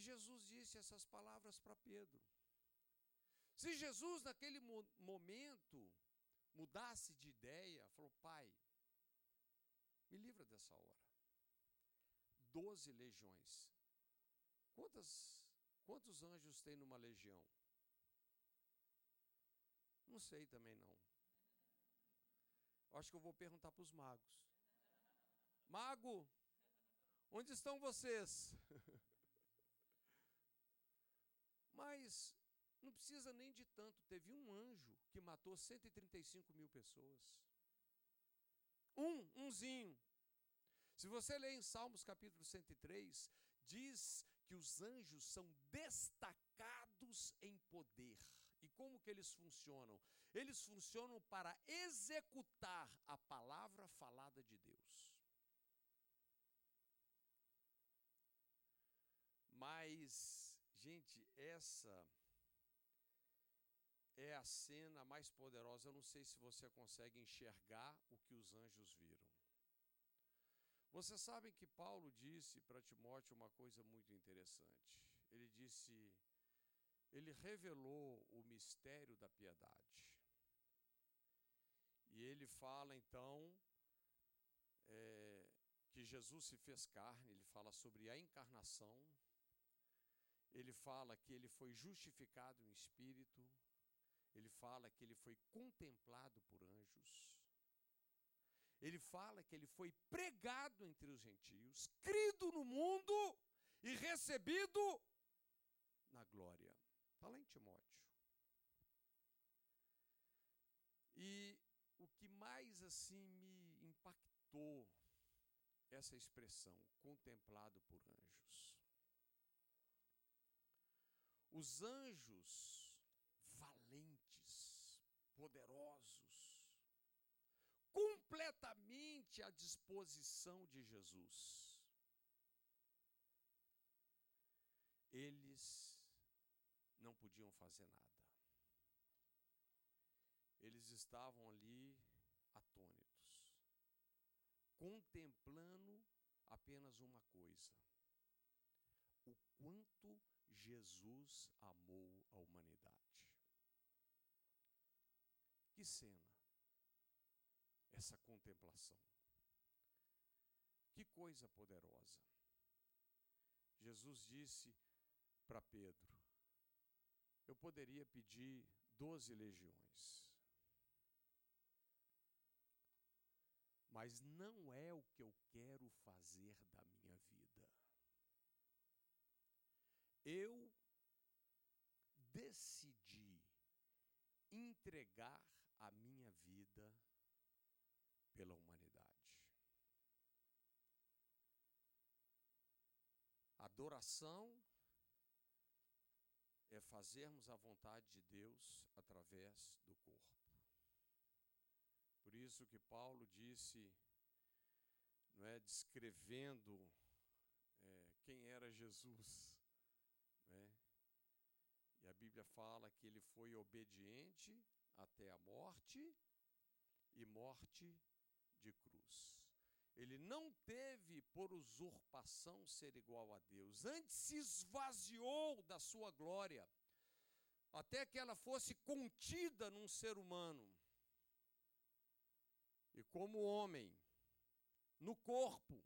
Jesus disse essas palavras para Pedro. Se Jesus, naquele momento, mudasse de ideia, falou: Pai, me livra dessa hora. 12 legiões. Quantos anjos tem numa legião? Não sei também não. Acho que eu vou perguntar para os magos. Mago, onde estão vocês? Mas não precisa nem de tanto. Teve um anjo que matou 135 mil pessoas. Umzinho. Se você ler em Salmos capítulo 103, diz que os anjos são destacados em poder. E como que eles funcionam? Eles funcionam para executar a palavra falada de Deus. Mas, gente, essa é a cena mais poderosa. Eu não sei se você consegue enxergar o que os anjos viram. Vocês sabem que Paulo disse para Timóteo uma coisa muito interessante. Ele revelou o mistério da piedade. E ele fala então que Jesus se fez carne, ele fala sobre a encarnação, ele fala que ele foi justificado em espírito, ele fala que ele foi contemplado por anjos. Ele fala que ele foi pregado entre os gentios, crido no mundo e recebido na glória. Está lá em Timóteo. E o que mais assim me impactou, essa expressão, contemplado por anjos. Os anjos valentes, poderosos, completamente à disposição de Jesus. Eles não podiam fazer nada. Eles estavam ali atônitos, contemplando apenas uma coisa: o quanto Jesus amou a humanidade. Que cena! Essa contemplação. Que coisa poderosa. Jesus disse para Pedro: eu poderia pedir 12 legiões, mas não é o que eu quero fazer da minha vida. Eu decidi entregar a minha vida pela humanidade. Adoração é fazermos a vontade de Deus através do corpo. Por isso que Paulo disse, não é, descrevendo quem era Jesus, não é? E a Bíblia fala que ele foi obediente até a morte e morte de cruz. Ele não teve por usurpação ser igual a Deus, antes se esvaziou da sua glória, até que ela fosse contida num ser humano. E como homem, no corpo,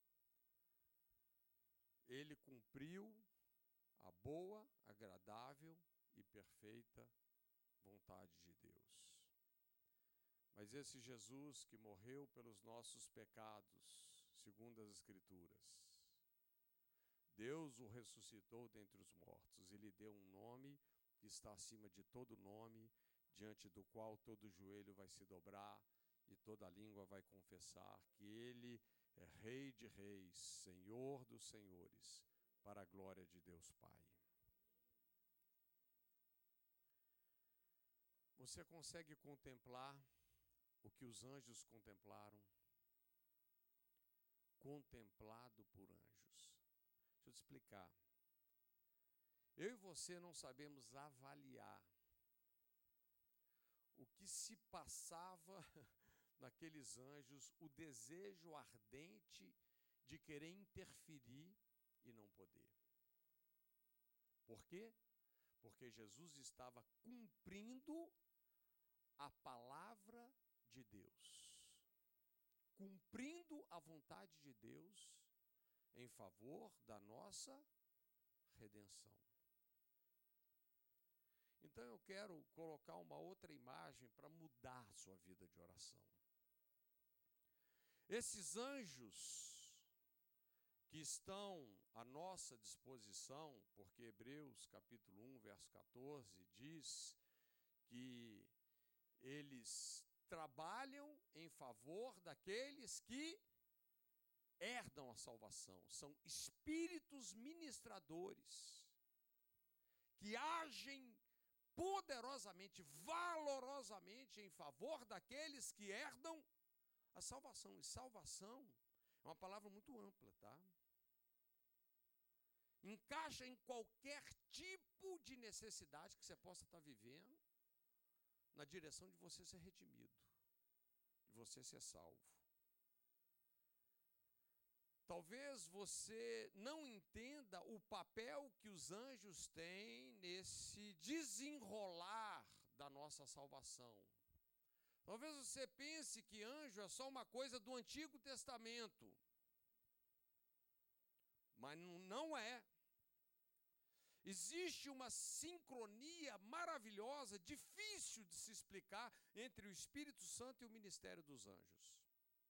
ele cumpriu a boa, agradável e perfeita vontade de Deus. Mas esse Jesus que morreu pelos nossos pecados, segundo as Escrituras, Deus o ressuscitou dentre os mortos e lhe deu um nome que está acima de todo nome, diante do qual todo joelho vai se dobrar e toda língua vai confessar que Ele é Rei de reis, Senhor dos senhores, para a glória de Deus Pai. Você consegue contemplar o que os anjos contemplaram? Contemplado por anjos. Deixa eu te explicar. Eu e você não sabemos avaliar o que se passava naqueles anjos, o desejo ardente de querer interferir e não poder. Por quê? Porque Jesus estava cumprindo a palavra de Deus, cumprindo a vontade de Deus em favor da nossa redenção. Então eu quero colocar uma outra imagem para mudar a sua vida de oração. Esses anjos que estão à nossa disposição, porque Hebreus capítulo 1, verso 14, diz que eles trabalham em favor daqueles que herdam a salvação. São espíritos ministradores que agem poderosamente, valorosamente em favor daqueles que herdam a salvação. E salvação é uma palavra muito ampla, tá? Encaixa em qualquer tipo de necessidade que você possa estar vivendo, na direção de você ser redimido, de você ser salvo. Talvez você não entenda o papel que os anjos têm nesse desenrolar da nossa salvação. Talvez você pense que anjo é só uma coisa do Antigo Testamento. Mas não é. Existe uma sincronia maravilhosa, difícil de se explicar, entre o Espírito Santo e o ministério dos anjos.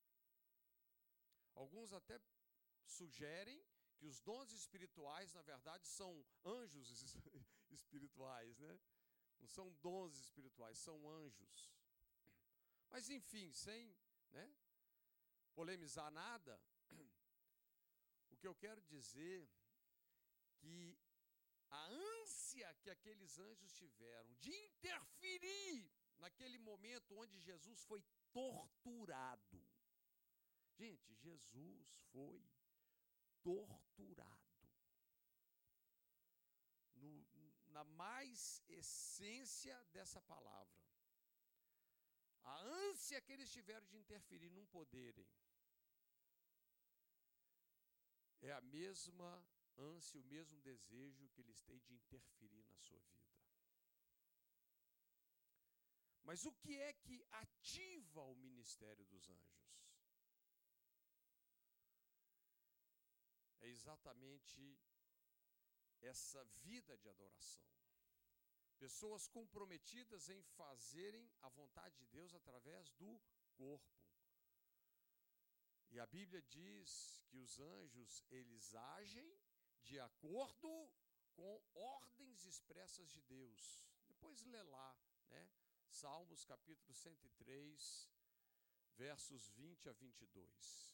Alguns até sugerem que os dons espirituais, na verdade, são anjos espirituais, né? Não são dons espirituais, são anjos. Mas, enfim, sem, né, polemizar nada, o que eu quero dizer que a ânsia que aqueles anjos tiveram de interferir naquele momento onde Jesus foi torturado. Gente, Jesus foi torturado. Na mais essência dessa palavra. A ânsia que eles tiveram de interferir, não poderem, é a mesma ânsia, o mesmo desejo que eles têm de interferir na sua vida. Mas o que é que ativa o ministério dos anjos? É exatamente essa vida de adoração. Pessoas comprometidas em fazerem a vontade de Deus através do corpo. E a Bíblia diz que os anjos, eles agem de acordo com ordens expressas de Deus. Depois lê lá, né? Salmos capítulo 103, versos 20 a 22.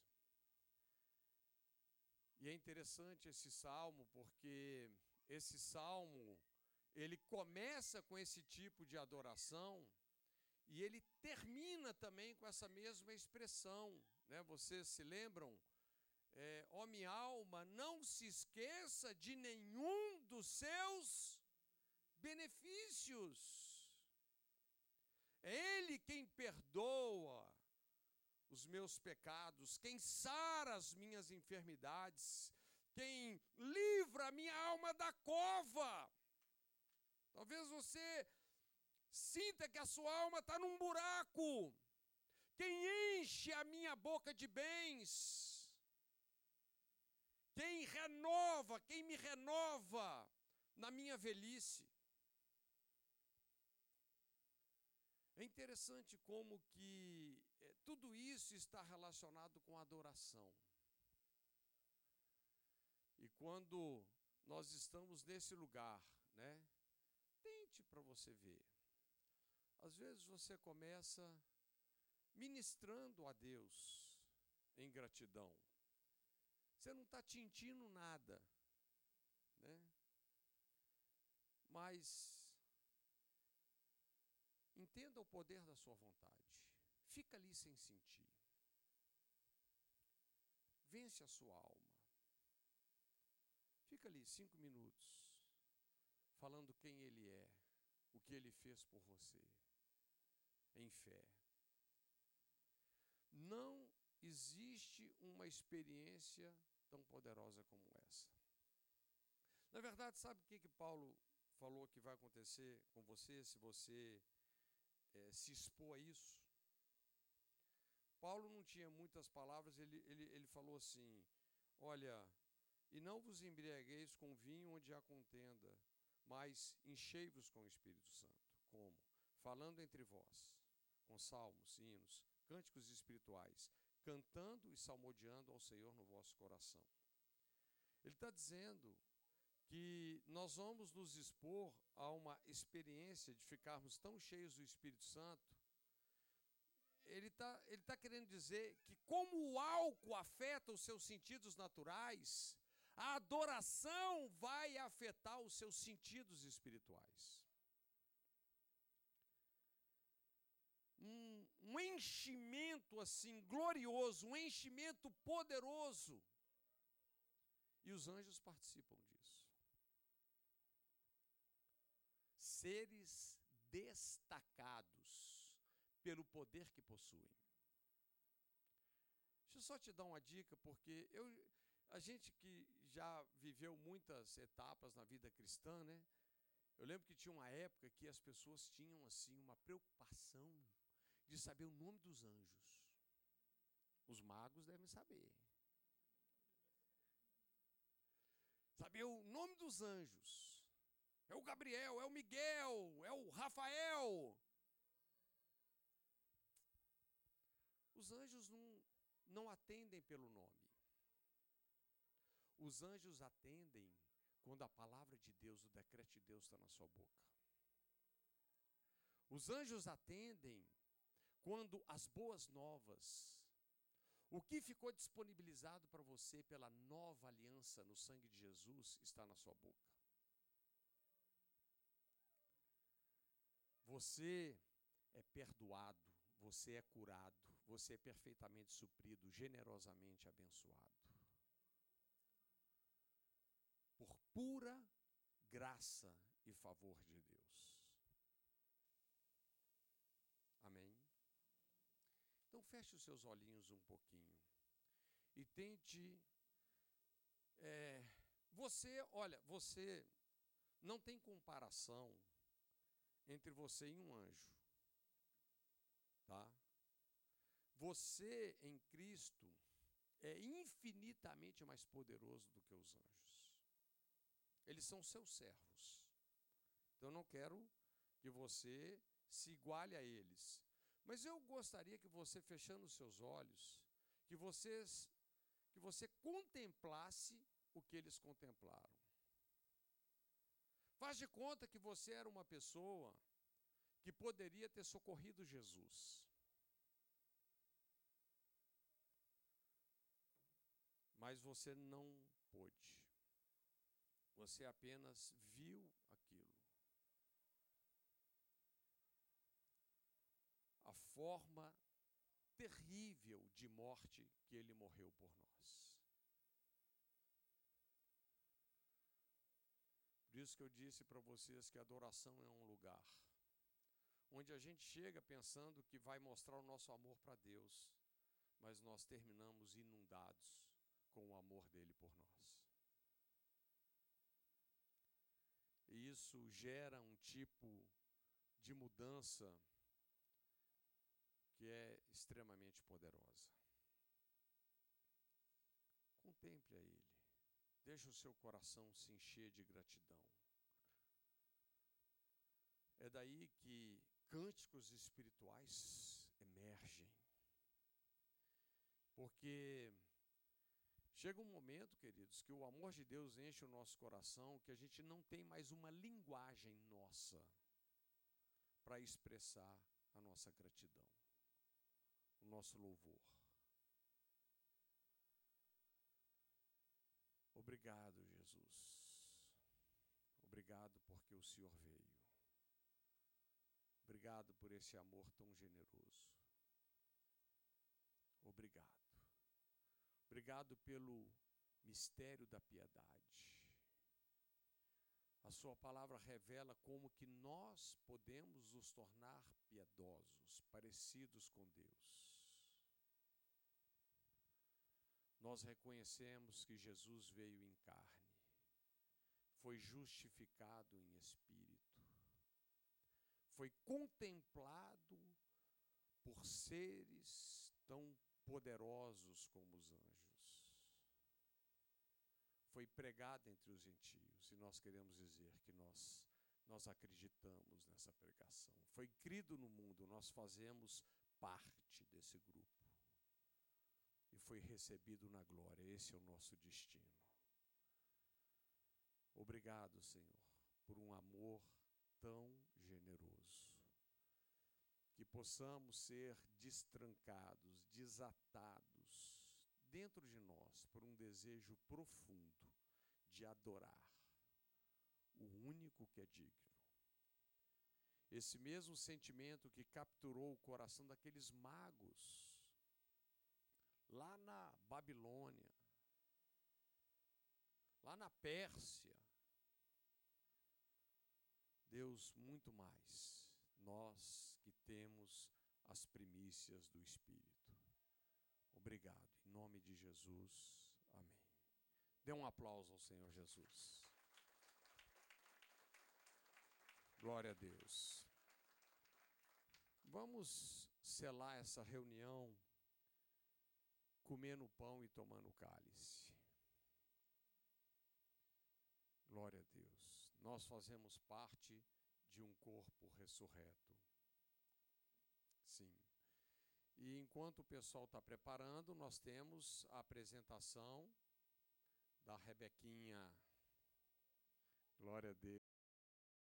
E é interessante esse salmo, porque esse salmo, ele começa com esse tipo de adoração e ele termina também com essa mesma expressão, né? Vocês se lembram? Ó minha alma, não se esqueça de nenhum dos seus benefícios. É Ele quem perdoa os meus pecados, quem sara as minhas enfermidades, quem livra a minha alma da cova. Talvez você sinta que a sua alma está num buraco. Quem enche a minha boca de bens, quem me renova na minha velhice. É interessante como que tudo isso está relacionado com adoração. E quando nós estamos nesse lugar, né? Tente para você ver. Às vezes você começa ministrando a Deus em gratidão. Você não está sentindo nada, né? Mas entenda o poder da sua vontade. Fica ali sem sentir. Vence a sua alma. Fica ali 5 minutos, falando quem Ele é, o que Ele fez por você, em fé. Não existe uma experiência tão poderosa como essa. Na verdade, sabe o que Paulo falou que vai acontecer com você se você se expor a isso? Paulo não tinha muitas palavras, ele falou assim: olha, e não vos embriagueis com vinho onde há contenda, mas enchei-vos com o Espírito Santo. Como? Falando entre vós, com salmos, hinos, cânticos espirituais, cantando e salmodiando ao Senhor no vosso coração. Ele está dizendo que nós vamos nos expor a uma experiência de ficarmos tão cheios do Espírito Santo. Ele tá querendo dizer que, como o álcool afeta os seus sentidos naturais, a adoração vai afetar os seus sentidos espirituais. Um enchimento assim glorioso, um enchimento poderoso. E os anjos participam disso. Seres destacados pelo poder que possuem. Deixa eu só te dar uma dica, porque a gente que já viveu muitas etapas na vida cristã, né? Eu lembro que tinha uma época que as pessoas tinham assim uma preocupação de saber o nome dos anjos. Os magos devem saber. Saber o nome dos anjos. É o Gabriel, é o Miguel, é o Rafael. Os anjos não atendem pelo nome. Os anjos atendem quando a palavra de Deus, o decreto de Deus está na sua boca. Os anjos atendem quando as boas novas, o que ficou disponibilizado para você pela nova aliança no sangue de Jesus, está na sua boca. Você é perdoado, você é curado, você é perfeitamente suprido, generosamente abençoado. Por pura graça e favor de Deus. Amém? Então feche os seus olhinhos um pouquinho e tente. Você não tem comparação entre você e um anjo, tá? Você em Cristo é infinitamente mais poderoso do que os anjos. Eles são seus servos. Então eu não quero que você se iguale a eles. Mas eu gostaria que você, fechando os seus olhos, que você contemplasse o que eles contemplaram. Faz de conta que você era uma pessoa que poderia ter socorrido Jesus. Mas você não pôde. Você apenas viu aquilo. A forma terrível de morte que ele morreu por nós. Por isso que eu disse para vocês que a adoração é um lugar onde a gente chega pensando que vai mostrar o nosso amor para Deus, mas nós terminamos inundados com o amor dele por nós. E isso gera um tipo de mudança que é extremamente poderosa. Contemple a Ele. Deixe o seu coração se encher de gratidão. É daí que cânticos espirituais emergem. Porque chega um momento, queridos, que o amor de Deus enche o nosso coração, que a gente não tem mais uma linguagem nossa para expressar a nossa gratidão, o nosso louvor. Obrigado, Jesus. Obrigado porque o Senhor veio. Obrigado por esse amor tão generoso. Obrigado. Obrigado pelo mistério da piedade. A sua palavra revela como que nós podemos nos tornar piedosos, parecidos com Deus. Nós reconhecemos que Jesus veio em carne, foi justificado em espírito, foi contemplado por seres tão poderosos como os anjos, foi pregado entre os gentios, e nós queremos dizer que nós acreditamos nessa pregação. Foi crido no mundo, nós fazemos parte desse grupo, e foi recebido na glória. Esse é o nosso destino. Obrigado, Senhor, por um amor tão generoso, que possamos ser destrancados, desatados dentro de nós por um desejo profundo de adorar o único que é digno. Esse mesmo sentimento que capturou o coração daqueles magos lá na Babilônia, lá na Pérsia. Deus, muito mais, nós que temos as primícias do Espírito. Obrigado, em nome de Jesus, amém. Dê um aplauso ao Senhor Jesus. Glória a Deus. Vamos selar essa reunião comendo o pão e tomando o cálice. Glória a Deus. Nós fazemos parte de um corpo ressurreto. Sim. E enquanto o pessoal está preparando, nós temos a apresentação da Rebequinha. Glória a Deus.